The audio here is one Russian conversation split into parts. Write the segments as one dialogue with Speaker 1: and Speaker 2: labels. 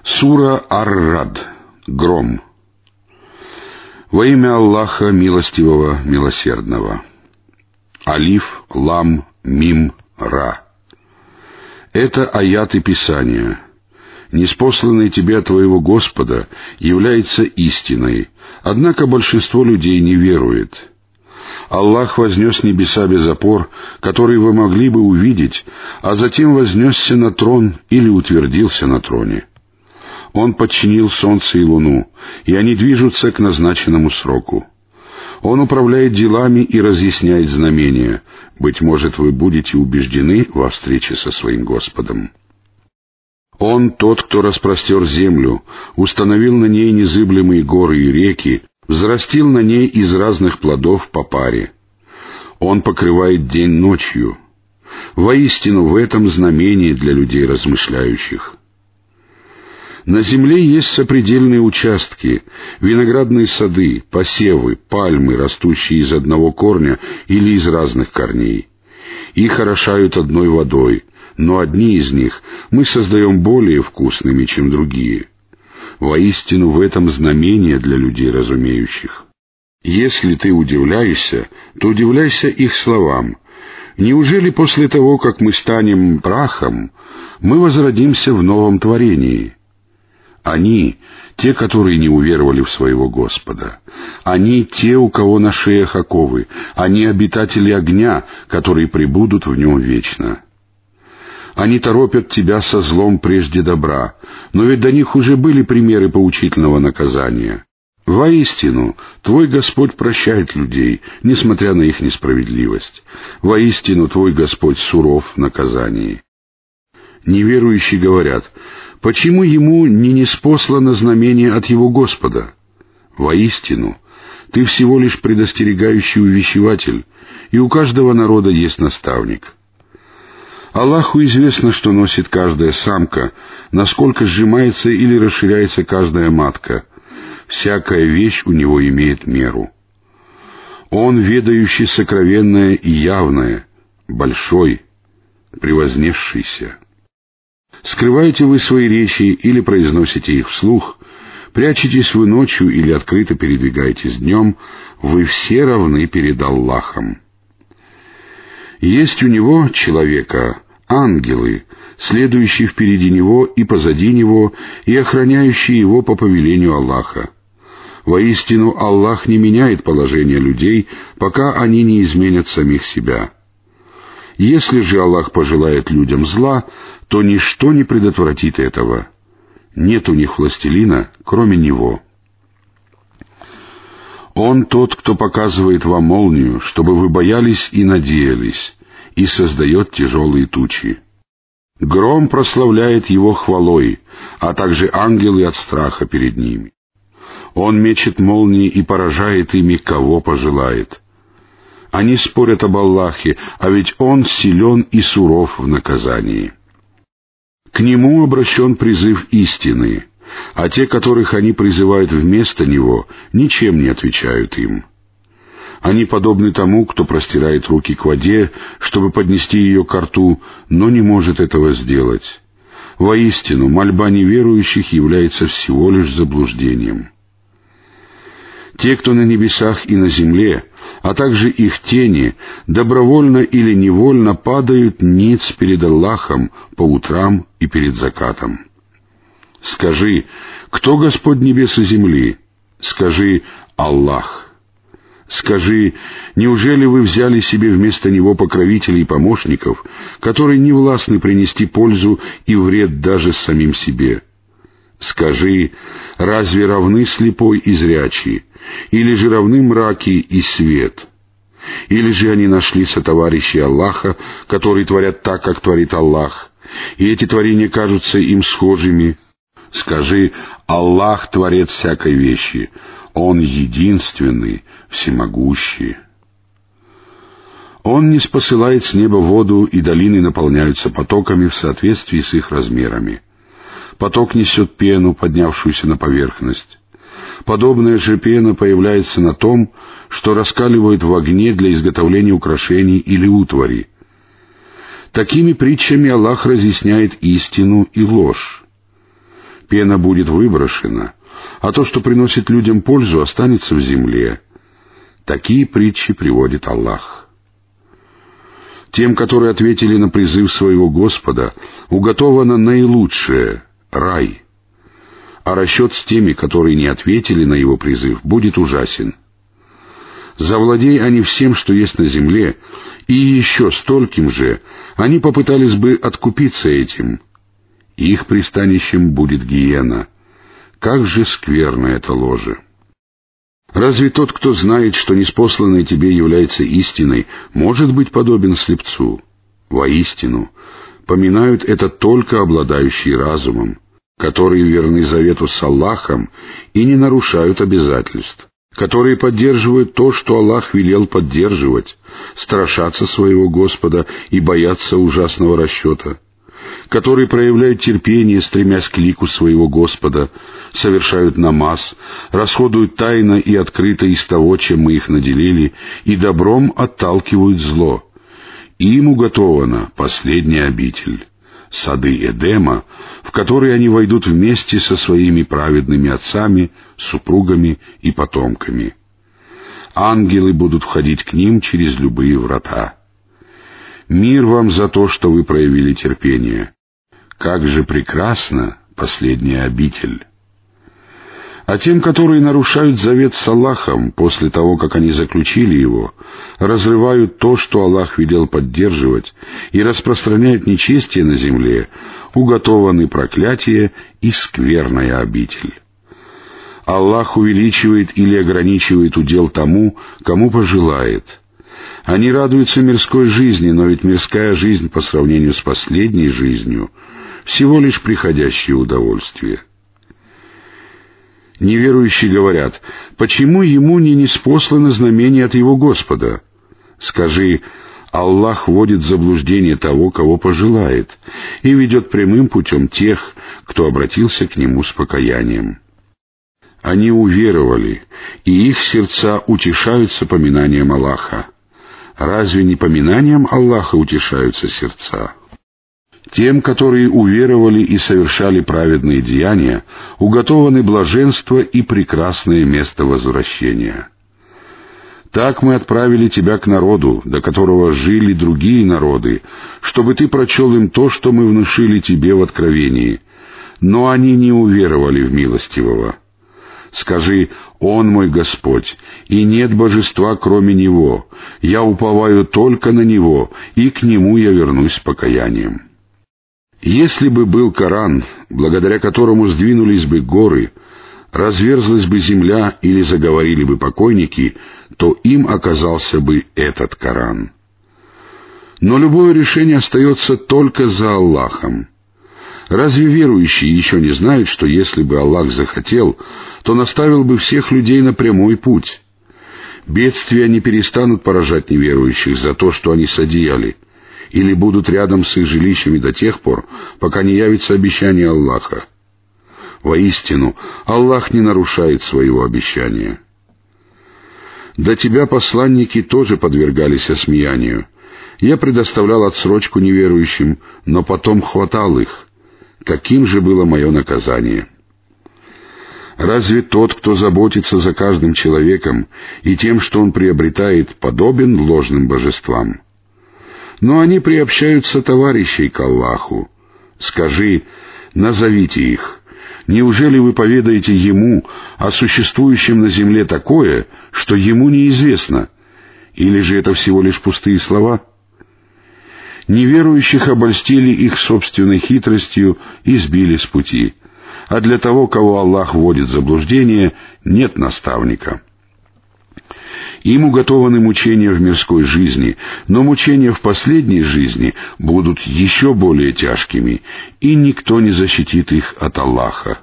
Speaker 1: Сура Ар-Рад. Гром. Во имя Аллаха Милостивого, Милосердного. Алиф, Лам, Мим, Ра. Это аяты Писания. Ниспосланный тебе от твоего Господа является истиной, однако большинство людей не верует. Аллах вознес небеса без опор, которые вы могли бы увидеть, а затем вознесся на трон или утвердился на троне. Он подчинил солнце и луну, и они движутся к назначенному сроку. Он управляет делами и разъясняет знамения. Быть может, вы будете убеждены во встрече со своим Господом. Он тот, кто распростер землю, установил на ней незыблемые горы и реки, взрастил на ней из разных плодов по паре. Он покрывает день ночью. Воистину, в этом знамение для людей размышляющих. На земле есть сопредельные участки, виноградные сады, посевы, пальмы, растущие из одного корня или из разных корней. Их орошают одной водой, но одни из них мы создаем более вкусными, чем другие. Воистину, в этом знамение для людей разумеющих. Если ты удивляешься, то удивляйся их словам. Неужели после того, как мы станем прахом, мы возродимся в новом творении? Они, те, которые не уверовали в своего Господа. Они, те, у кого на шеях оковы. Они обитатели огня, которые пребудут в нем вечно. Они торопят тебя со злом прежде добра, но ведь до них уже были примеры поучительного наказания. Воистину, твой Господь прощает людей, несмотря на их несправедливость. Воистину, твой Господь суров в наказании. Неверующие говорят: почему ему не ниспослано знамение от его Господа? Воистину, ты всего лишь предостерегающий увещеватель, и у каждого народа есть наставник. Аллаху известно, что носит каждая самка, насколько сжимается или расширяется каждая матка. Всякая вещь у него имеет меру. Он, ведающий сокровенное и явное, большой, превознесшийся. Скрываете вы свои речи или произносите их вслух, прячетесь вы ночью или открыто передвигаетесь днем, вы все равны перед Аллахом. Есть у него, человека, ангелы, следующие впереди него и позади него, и охраняющие его по повелению Аллаха. Воистину, Аллах не меняет положение людей, пока они не изменят самих себя. Если же Аллах пожелает людям зла, то ничто не предотвратит этого. Нет у них властелина, кроме Него. Он тот, кто показывает вам молнию, чтобы вы боялись и надеялись, и создает тяжелые тучи. Гром прославляет Его хвалой, а также ангелы от страха перед ними. Он мечет молнии и поражает ими, кого пожелает. Они спорят об Аллахе, а ведь Он силен и суров в наказании. К Нему обращен призыв истины, а те, которых они призывают вместо Него, ничем не отвечают им. Они подобны тому, кто простирает руки к воде, чтобы поднести ее ко рту, но не может этого сделать. Воистину, мольба неверующих является всего лишь заблуждением. Те, кто на небесах и на земле, а также их тени, добровольно или невольно падают ниц перед Аллахом по утрам и перед закатом. Скажи: кто Господь небес и земли? Скажи: Аллах. Скажи: неужели вы взяли себе вместо Него покровителей и помощников, которые не властны принести пользу и вред даже самим себе? Скажи: разве равны слепой и зрячий, или же равны мраки и свет? Или же они нашли сотоварищей Аллаха, которые творят так, как творит Аллах, и эти творения кажутся им схожими? Скажи: Аллах — творец всякой вещи, Он единственный, всемогущий. Он ниспосылает с неба воду, и долины наполняются потоками в соответствии с их размерами. Поток несет пену, поднявшуюся на поверхность. Подобная же пена появляется на том, что раскаливают в огне для изготовления украшений или утвари. Такими притчами Аллах разъясняет истину и ложь. пена будет выброшена, а то, что приносит людям пользу, останется в земле. Такие притчи приводит Аллах. Тем, которые ответили на призыв своего Господа, уготовано наилучшее — рай. А расчет с теми, которые не ответили на его призыв, будет ужасен. Завладей они всем, что есть на земле, и еще стольким же, они попытались бы откупиться этим. Их пристанищем будет гиена. Как же скверно это ложе! Разве тот, кто знает, что ниспосланное тебе является истиной, может быть подобен слепцу? Воистину, поминают это только обладающие разумом, которые верны завету с Аллахом и не нарушают обязательств, которые поддерживают то, что Аллах велел поддерживать, страшатся своего Господа и боятся ужасного расчета, которые проявляют терпение, стремясь к лику своего Господа, совершают намаз, расходуют тайно и открыто из того, чем мы их наделили, и добром отталкивают зло. Им уготована последняя обитель — сады Эдема, в которые они войдут вместе со своими праведными отцами, супругами и потомками. Ангелы будут входить к ним через любые врата. Мир вам за то, что вы проявили терпение. Как же прекрасна последняя обитель! А тем, которые нарушают завет с Аллахом после того, как они заключили его, разрывают то, что Аллах велел поддерживать, и распространяют нечестие на земле, уготованы проклятие и скверная обитель. Аллах увеличивает или ограничивает удел тому, кому пожелает. Они радуются мирской жизни, но ведь мирская жизнь по сравнению с последней жизнью всего лишь приходящее удовольствие. Неверующие говорят: почему ему не ниспослано знамение от его Господа? Скажи: Аллах вводит в заблуждение того, кого пожелает, и ведет прямым путем тех, кто обратился к нему с покаянием. Они уверовали, и их сердца утешаются поминанием Аллаха. Разве не поминанием Аллаха утешаются сердца? Тем, которые уверовали и совершали праведные деяния, уготованы блаженство и прекрасное место возвращения. Так мы отправили тебя к народу, до которого жили другие народы, чтобы ты прочел им то, что мы внушили тебе в откровении. Но они не уверовали в милостивого. Скажи: Он мой Господь, и нет божества, кроме Него. Я уповаю только на Него, и к Нему я вернусь с покаянием. Если бы был Коран, благодаря которому сдвинулись бы горы, разверзлась бы земля или заговорили бы покойники, то им оказался бы этот Коран. Но любое решение остается только за Аллахом. Разве верующие еще не знают, что если бы Аллах захотел, то наставил бы всех людей на прямой путь? Бедствия не перестанут поражать неверующих за то, что они содеяли, или будут рядом с их жилищами до тех пор, пока не явится обещание Аллаха. Воистину, Аллах не нарушает своего обещания. До тебя посланники тоже подвергались осмеянию. Я предоставлял отсрочку неверующим, но потом хватал их. Каким же было мое наказание? Разве тот, кто заботится за каждым человеком и тем, что он приобретает, подобен ложным божествам? Но они приобщаются товарищей к Аллаху. Скажи: назовите их. Неужели вы поведаете Ему о существующем на земле такое, что Ему неизвестно? Или же это всего лишь пустые слова? Неверующих обольстили их собственной хитростью и сбили с пути. А для того, кого Аллах вводит в заблуждение, нет наставника. Им уготованы мучения в мирской жизни, но мучения в последней жизни будут еще более тяжкими, и никто не защитит их от Аллаха.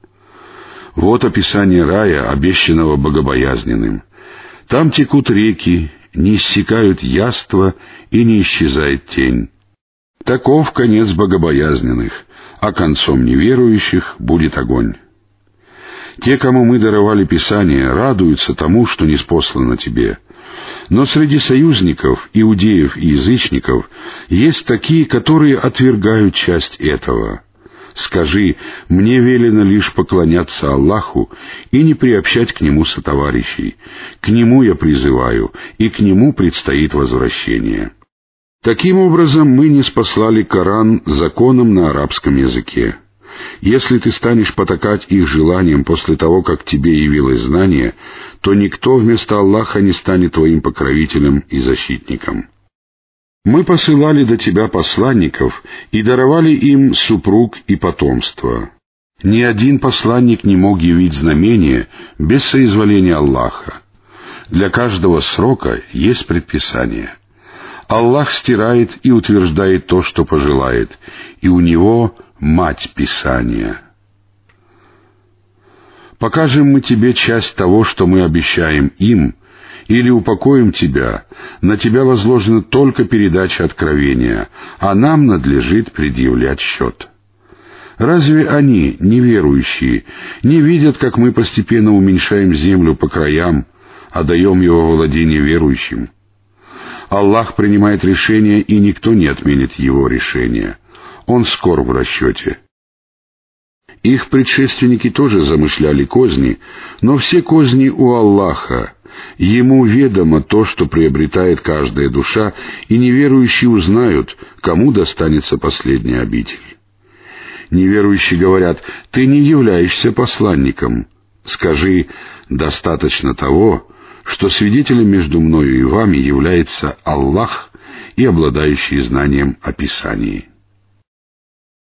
Speaker 1: Вот описание рая, обещанного богобоязненным. Там текут реки, не иссякают яства и не исчезает тень. Таков конец богобоязненных, а концом неверующих будет огонь. Те, кому мы даровали Писание, радуются тому, что ниспослано тебе. Но среди союзников, иудеев и язычников есть такие, которые отвергают часть этого. Скажи: мне велено лишь поклоняться Аллаху и не приобщать к Нему сотоварищей. К Нему я призываю, и к Нему предстоит возвращение. Таким образом, мы ниспослали Коран законом на арабском языке. Если ты станешь потакать их желаниям после того, как тебе явилось знание, то никто вместо Аллаха не станет твоим покровителем и защитником. Мы посылали до тебя посланников и даровали им супруг и потомство. Ни один посланник не мог явить знамение без соизволения Аллаха. Для каждого срока есть предписание. Аллах стирает и утверждает то, что пожелает, и у Него мать Писания. Покажем мы тебе часть того, что мы обещаем им, или упокоим тебя, на тебя возложена только передача откровения, а нам надлежит предъявлять счет. Разве они, неверующие, не видят, как мы постепенно уменьшаем землю по краям, а даем его владение верующим? Аллах принимает решение, и никто не отменит его решения. Он скор в расчете. Их предшественники тоже замышляли козни, но все козни у Аллаха. Ему ведомо то, что приобретает каждая душа, и неверующие узнают, кому достанется последняя обитель. Неверующие говорят: ты не являешься посланником. Скажи: достаточно того, что свидетелем между мною и вами является Аллах и обладающий знанием о Писании.